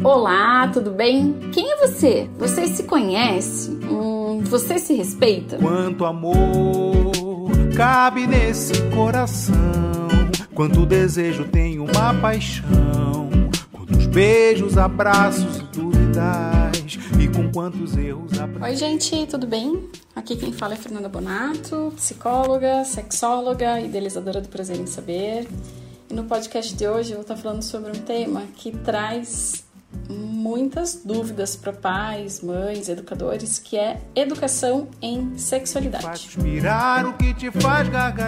Olá, tudo bem? Quem é você? Você se conhece? Você se respeita? Quanto amor cabe nesse coração, quanto desejo tem uma paixão, quantos beijos, abraços e dúvidas, e com quantos erros Oi gente, tudo bem? Aqui quem fala é Fernanda Bonato, psicóloga, sexóloga, idealizadora do Prazer em Saber. E no podcast de hoje eu vou estar falando sobre um tema que traz muitas dúvidas para pais, mães, educadores, que é educação em sexualidade. Faz suspirar, o que te faz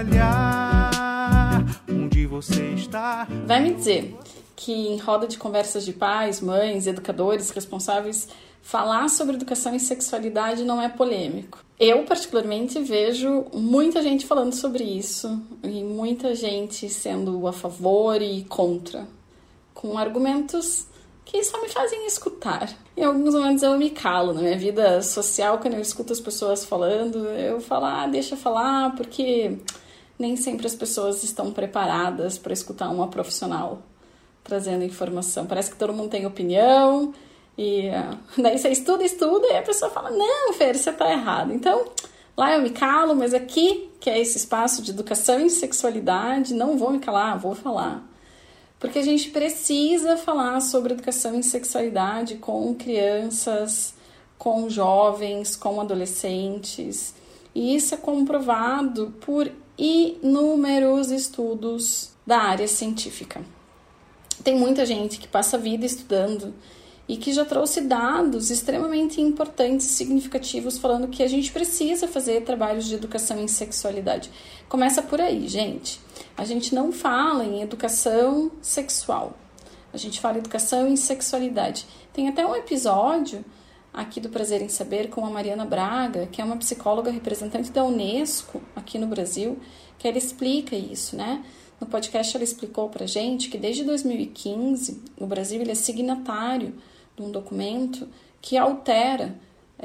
gargalhar, onde você está. Vai me dizer que em roda de conversas de pais, mães, educadores, responsáveis, falar sobre educação em sexualidade não é polêmico. Eu, particularmente, vejo muita gente falando sobre isso e muita gente sendo a favor e contra, com argumentos que só me fazem escutar. Em alguns momentos eu me calo na minha vida social, quando eu escuto as pessoas falando, eu falo, deixa falar, porque nem sempre as pessoas estão preparadas para escutar uma profissional trazendo informação. Parece que todo mundo tem opinião, e daí você estuda, e a pessoa fala, não, Fer, você tá errado. Então, lá eu me calo, mas aqui, que é esse espaço de educação em sexualidade, não vou me calar, vou falar. Porque a gente precisa falar sobre educação em sexualidade com crianças, com jovens, com adolescentes. E isso é comprovado por inúmeros estudos da área científica. Tem muita gente que passa a vida estudando e que já trouxe dados extremamente importantes e significativos falando que a gente precisa fazer trabalhos de educação em sexualidade. Começa por aí, gente. A gente não fala em educação sexual, a gente fala em educação em sexualidade. Tem até um episódio aqui do Prazer em Saber com a Mariana Braga, que é uma psicóloga representante da Unesco aqui no Brasil, que ela explica isso, né? No podcast ela explicou pra gente que desde 2015 o Brasil ele é signatário de um documento que altera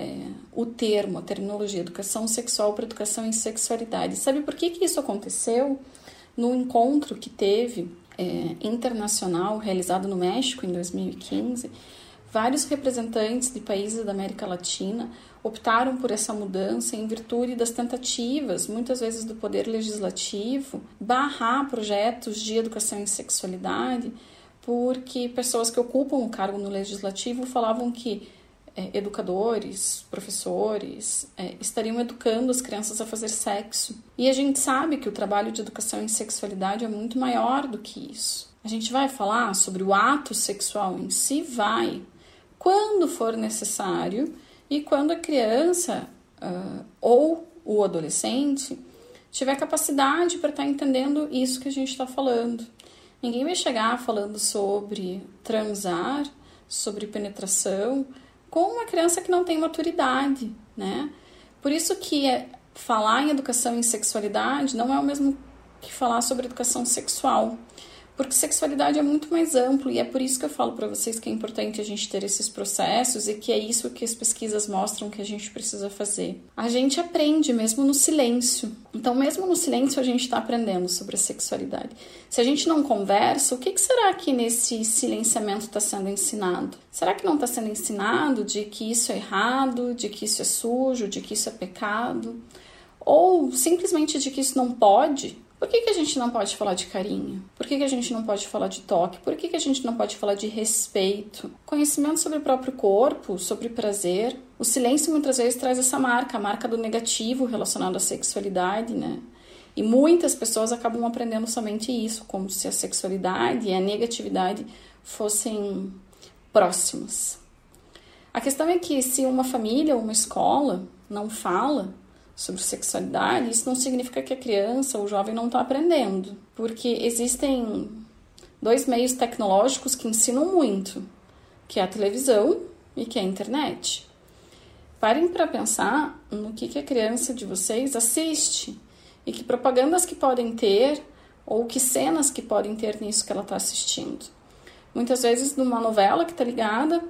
o termo, a terminologia educação sexual para educação em sexualidade. Sabe por que isso aconteceu? No encontro que teve internacional realizado no México em 2015, vários representantes de países da América Latina optaram por essa mudança em virtude das tentativas, muitas vezes do Poder Legislativo, barrar projetos de educação em sexualidade, porque pessoas que ocupam o cargo no Legislativo falavam que educadores, professores, estariam educando as crianças a fazer sexo. E a gente sabe que o trabalho de educação em sexualidade é muito maior do que isso. A gente vai falar sobre o ato sexual em si? Vai. Quando for necessário e quando a criança ou o adolescente tiver capacidade para estar entendendo isso que a gente está falando. Ninguém vai chegar falando sobre transar, sobre penetração, com uma criança que não tem maturidade, né? Por isso que falar em educação em sexualidade não é o mesmo que falar sobre educação sexual, porque sexualidade é muito mais amplo e é por isso que eu falo para vocês que é importante a gente ter esses processos e que é isso que as pesquisas mostram que a gente precisa fazer. A gente aprende mesmo no silêncio. Então, mesmo no silêncio, a gente está aprendendo sobre a sexualidade. Se a gente não conversa, o que será que nesse silenciamento está sendo ensinado? Será que não está sendo ensinado de que isso é errado, de que isso é sujo, de que isso é pecado? Ou simplesmente de que isso não pode? Por que a gente não pode falar de carinho? Por que a gente não pode falar de toque? Por que a gente não pode falar de respeito? Conhecimento sobre o próprio corpo, sobre prazer. O silêncio muitas vezes traz essa marca, a marca do negativo relacionado à sexualidade, né? E muitas pessoas acabam aprendendo somente isso, como se a sexualidade e a negatividade fossem próximas. A questão é que se uma família ou uma escola não fala sobre sexualidade, isso não significa que a criança ou o jovem não está aprendendo, porque existem dois meios tecnológicos que ensinam muito, que é a televisão e que é a internet. Parem para pensar no que a criança de vocês assiste e que propagandas que podem ter ou que cenas que podem ter nisso que ela está assistindo. Muitas vezes numa novela que está ligada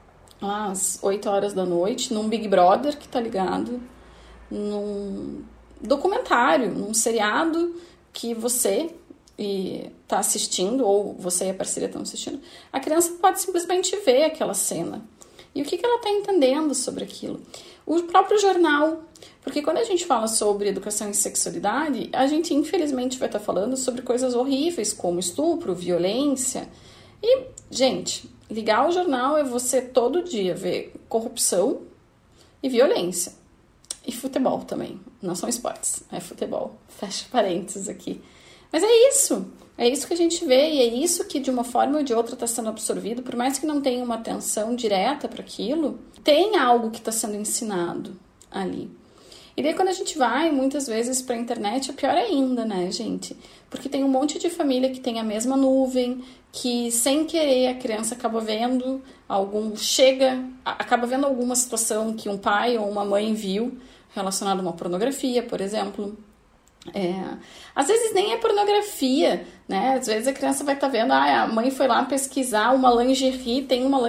às 8 horas da noite, num Big Brother que está ligado, num documentário, num seriado que você e está assistindo, ou você e a parceira estão assistindo, a criança pode simplesmente ver aquela cena. E o que ela está entendendo sobre aquilo? O próprio jornal. Porque quando a gente fala sobre educação em sexualidade, a gente infelizmente vai estar falando sobre coisas horríveis, como estupro, violência. E, gente, ligar o jornal é você todo dia ver corrupção e violência. E futebol também. Não são esportes, é futebol. Fecha parênteses aqui. Mas é isso que a gente vê, e é isso que de uma forma ou de outra está sendo absorvido, por mais que não tenha uma atenção direta para aquilo, tem algo que está sendo ensinado ali. E daí quando a gente vai muitas vezes para a internet, é pior ainda, né, gente? Porque tem um monte de família que tem a mesma nuvem, que sem querer a criança acaba vendo acaba vendo alguma situação que um pai ou uma mãe viu relacionada a uma pornografia, por exemplo. Às vezes nem é pornografia, né? Às vezes a criança vai estar vendo, a mãe foi lá pesquisar uma lingerie,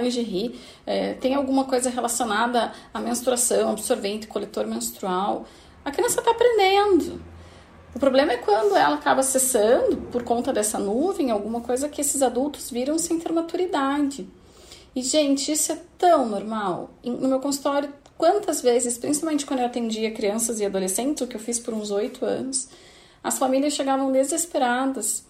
tem alguma coisa relacionada à menstruação, absorvente, coletor menstrual. A criança está aprendendo. O problema é quando ela acaba acessando, por conta dessa nuvem, alguma coisa que esses adultos viram sem ter maturidade. E, gente, isso é tão normal. No meu consultório, quantas vezes, principalmente quando eu atendia crianças e adolescentes, o que eu fiz por uns 8 anos, as famílias chegavam desesperadas,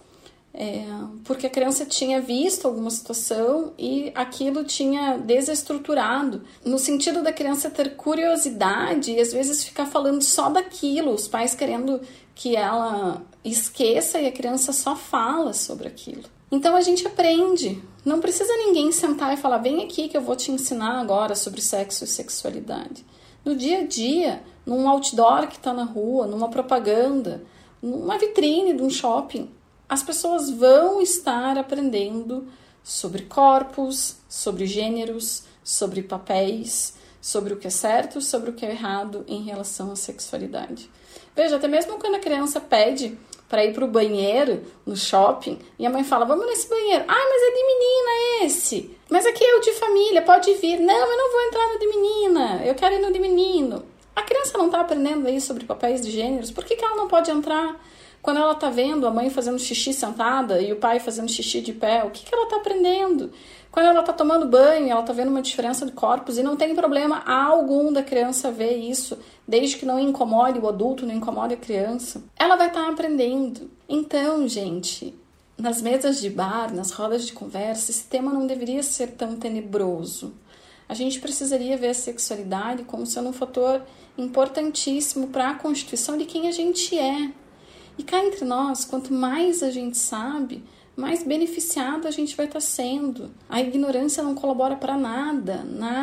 porque a criança tinha visto alguma situação e aquilo tinha desestruturado, no sentido da criança ter curiosidade e às vezes ficar falando só daquilo, os pais querendo que ela esqueça e a criança só fala sobre aquilo. Então a gente aprende. Não precisa ninguém sentar e falar, vem aqui que eu vou te ensinar agora sobre sexo e sexualidade. No dia a dia, num outdoor que está na rua, numa propaganda, numa vitrine de um shopping, as pessoas vão estar aprendendo sobre corpos, sobre gêneros, sobre papéis, sobre o que é certo, sobre o que é errado em relação à sexualidade. Veja, até mesmo quando a criança pede para ir para o banheiro no shopping e a mãe fala, vamos nesse banheiro. Mas é de menina esse. Mas aqui é o de família, pode vir. Não, eu não vou entrar no de menina, eu quero ir no de menino. A criança não está aprendendo aí sobre papéis de gêneros, por que ela não pode entrar? Quando ela está vendo a mãe fazendo xixi sentada e o pai fazendo xixi de pé, o que ela está aprendendo? Quando ela está tomando banho, ela está vendo uma diferença de corpos e não tem problema algum da criança ver isso, desde que não incomode o adulto, não incomode a criança. Ela vai estar aprendendo. Então, gente, nas mesas de bar, nas rodas de conversa, esse tema não deveria ser tão tenebroso. A gente precisaria ver a sexualidade como sendo um fator importantíssimo para a constituição de quem a gente é. E cá entre nós, quanto mais a gente sabe, mais beneficiado a gente vai estar sendo. A ignorância não colabora para nada.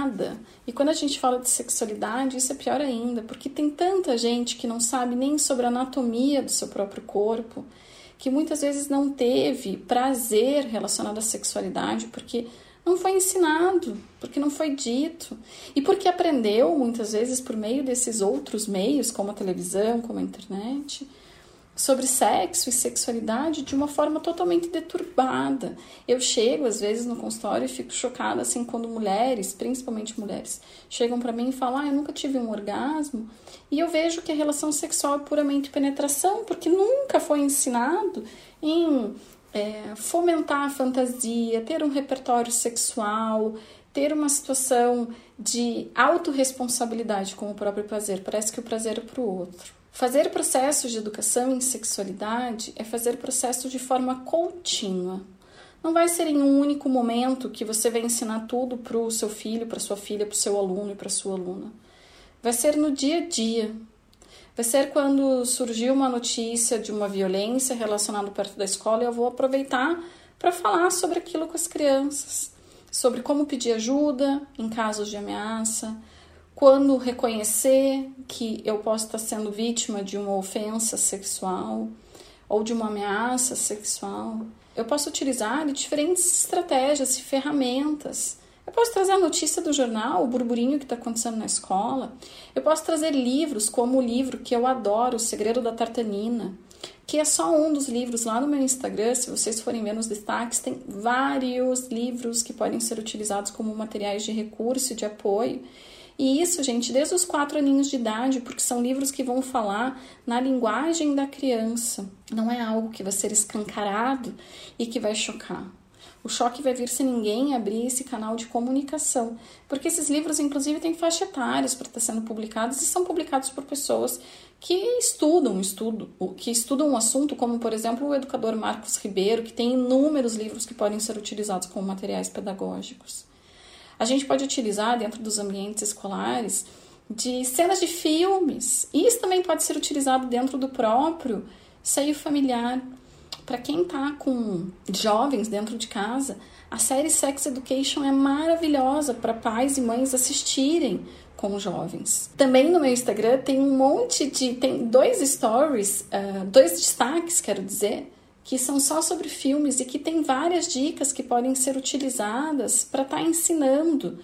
E quando a gente fala de sexualidade, isso é pior ainda, porque tem tanta gente que não sabe nem sobre a anatomia do seu próprio corpo, que muitas vezes não teve prazer relacionado à sexualidade, porque não foi ensinado, porque não foi dito. E porque aprendeu, muitas vezes, por meio desses outros meios, como a televisão, como a internet, sobre sexo e sexualidade de uma forma totalmente deturbada. Eu chego, às vezes, no consultório e fico chocada, assim, quando mulheres, principalmente mulheres, chegam para mim e falam, eu nunca tive um orgasmo. E eu vejo que a relação sexual é puramente penetração, porque nunca foi ensinado em fomentar a fantasia, ter um repertório sexual, ter uma situação de autorresponsabilidade com o próprio prazer. Parece que o prazer é para o outro. Fazer processos de educação em sexualidade é fazer processos de forma contínua. Não vai ser em um único momento que você vai ensinar tudo para o seu filho, para sua filha, para o seu aluno e para a sua aluna. Vai ser no dia a dia. Vai ser quando surgiu uma notícia de uma violência relacionada perto da escola e eu vou aproveitar para falar sobre aquilo com as crianças. Sobre como pedir ajuda em casos de ameaça, quando reconhecer que eu posso estar sendo vítima de uma ofensa sexual ou de uma ameaça sexual. Eu posso utilizar diferentes estratégias e ferramentas. Eu posso trazer a notícia do jornal, o burburinho que está acontecendo na escola. Eu posso trazer livros, como o livro que eu adoro, O Segredo da Tartanina, que é só um dos livros lá no meu Instagram. Se vocês forem ver nos destaques, tem vários livros que podem ser utilizados como materiais de recurso e de apoio. E isso, gente, desde os 4 aninhos de idade, porque são livros que vão falar na linguagem da criança. Não é algo que vai ser escancarado e que vai chocar. O choque vai vir se ninguém abrir esse canal de comunicação, porque esses livros, inclusive, têm faixa etárias para estar sendo publicados e são publicados por pessoas que estudam um assunto, como, por exemplo, o educador Marcos Ribeiro, que tem inúmeros livros que podem ser utilizados como materiais pedagógicos. A gente pode utilizar dentro dos ambientes escolares de cenas de filmes. E isso também pode ser utilizado dentro do próprio seio familiar. Para quem está com jovens dentro de casa, a série Sex Education é maravilhosa para pais e mães assistirem com jovens. Também no meu Instagram tem tem 2 stories, 2 destaques, quero dizer, que são só sobre filmes e que tem várias dicas que podem ser utilizadas para estar ensinando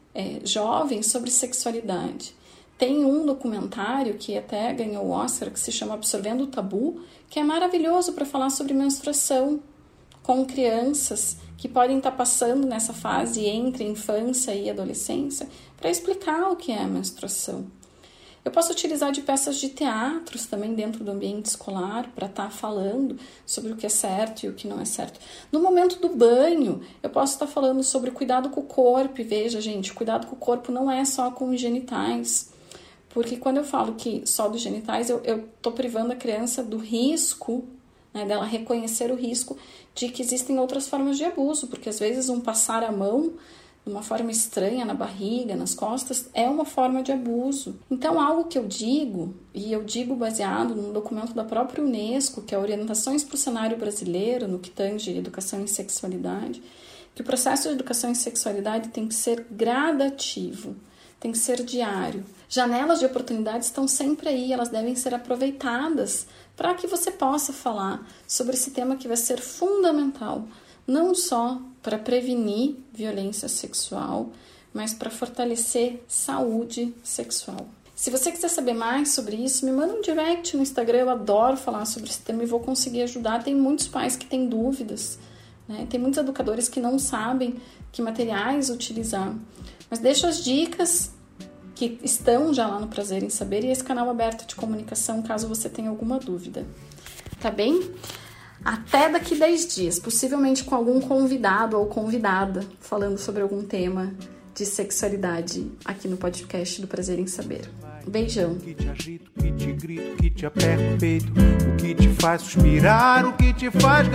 jovens sobre sexualidade. Tem um documentário que até ganhou o Oscar, que se chama Absorvendo o Tabu, que é maravilhoso para falar sobre menstruação com crianças que podem estar passando nessa fase entre infância e adolescência, para explicar o que é a menstruação. Eu posso utilizar de peças de teatros também dentro do ambiente escolar para estar falando sobre o que é certo e o que não é certo. No momento do banho, eu posso estar falando sobre o cuidado com o corpo. E veja, gente, o cuidado com o corpo não é só com os genitais. Porque quando eu falo que só dos genitais, eu estou privando a criança do risco, né, dela reconhecer o risco de que existem outras formas de abuso. Porque às vezes um passar a mão de uma forma estranha na barriga, nas costas, é uma forma de abuso. Então, algo que eu digo, e eu digo baseado num documento da própria Unesco, que é Orientações para o Cenário Brasileiro, no que tange educação em sexualidade, que o processo de educação em sexualidade tem que ser gradativo, tem que ser diário. Janelas de oportunidades estão sempre aí, elas devem ser aproveitadas para que você possa falar sobre esse tema que vai ser fundamental, não só para prevenir violência sexual, mas para fortalecer saúde sexual. Se você quiser saber mais sobre isso, me manda um direct no Instagram, eu adoro falar sobre esse tema e vou conseguir ajudar. Tem muitos pais que têm dúvidas, né? Tem muitos educadores que não sabem que materiais utilizar, mas deixo as dicas que estão já lá no Prazer em Saber e esse canal aberto de comunicação, caso você tenha alguma dúvida. Tá bem? Até daqui 10 dias, possivelmente com algum convidado ou convidada falando sobre algum tema de sexualidade aqui no podcast do Prazer em Saber. Beijão. O que te agita, o que te grita, o que te aperta o peito, o que te faz suspirar, o que te faz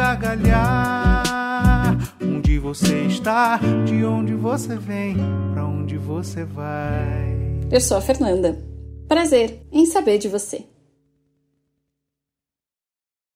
gargalhar. Onde você está, de onde você vem, pra onde você vai. Eu sou a Fernanda. Prazer em saber de você.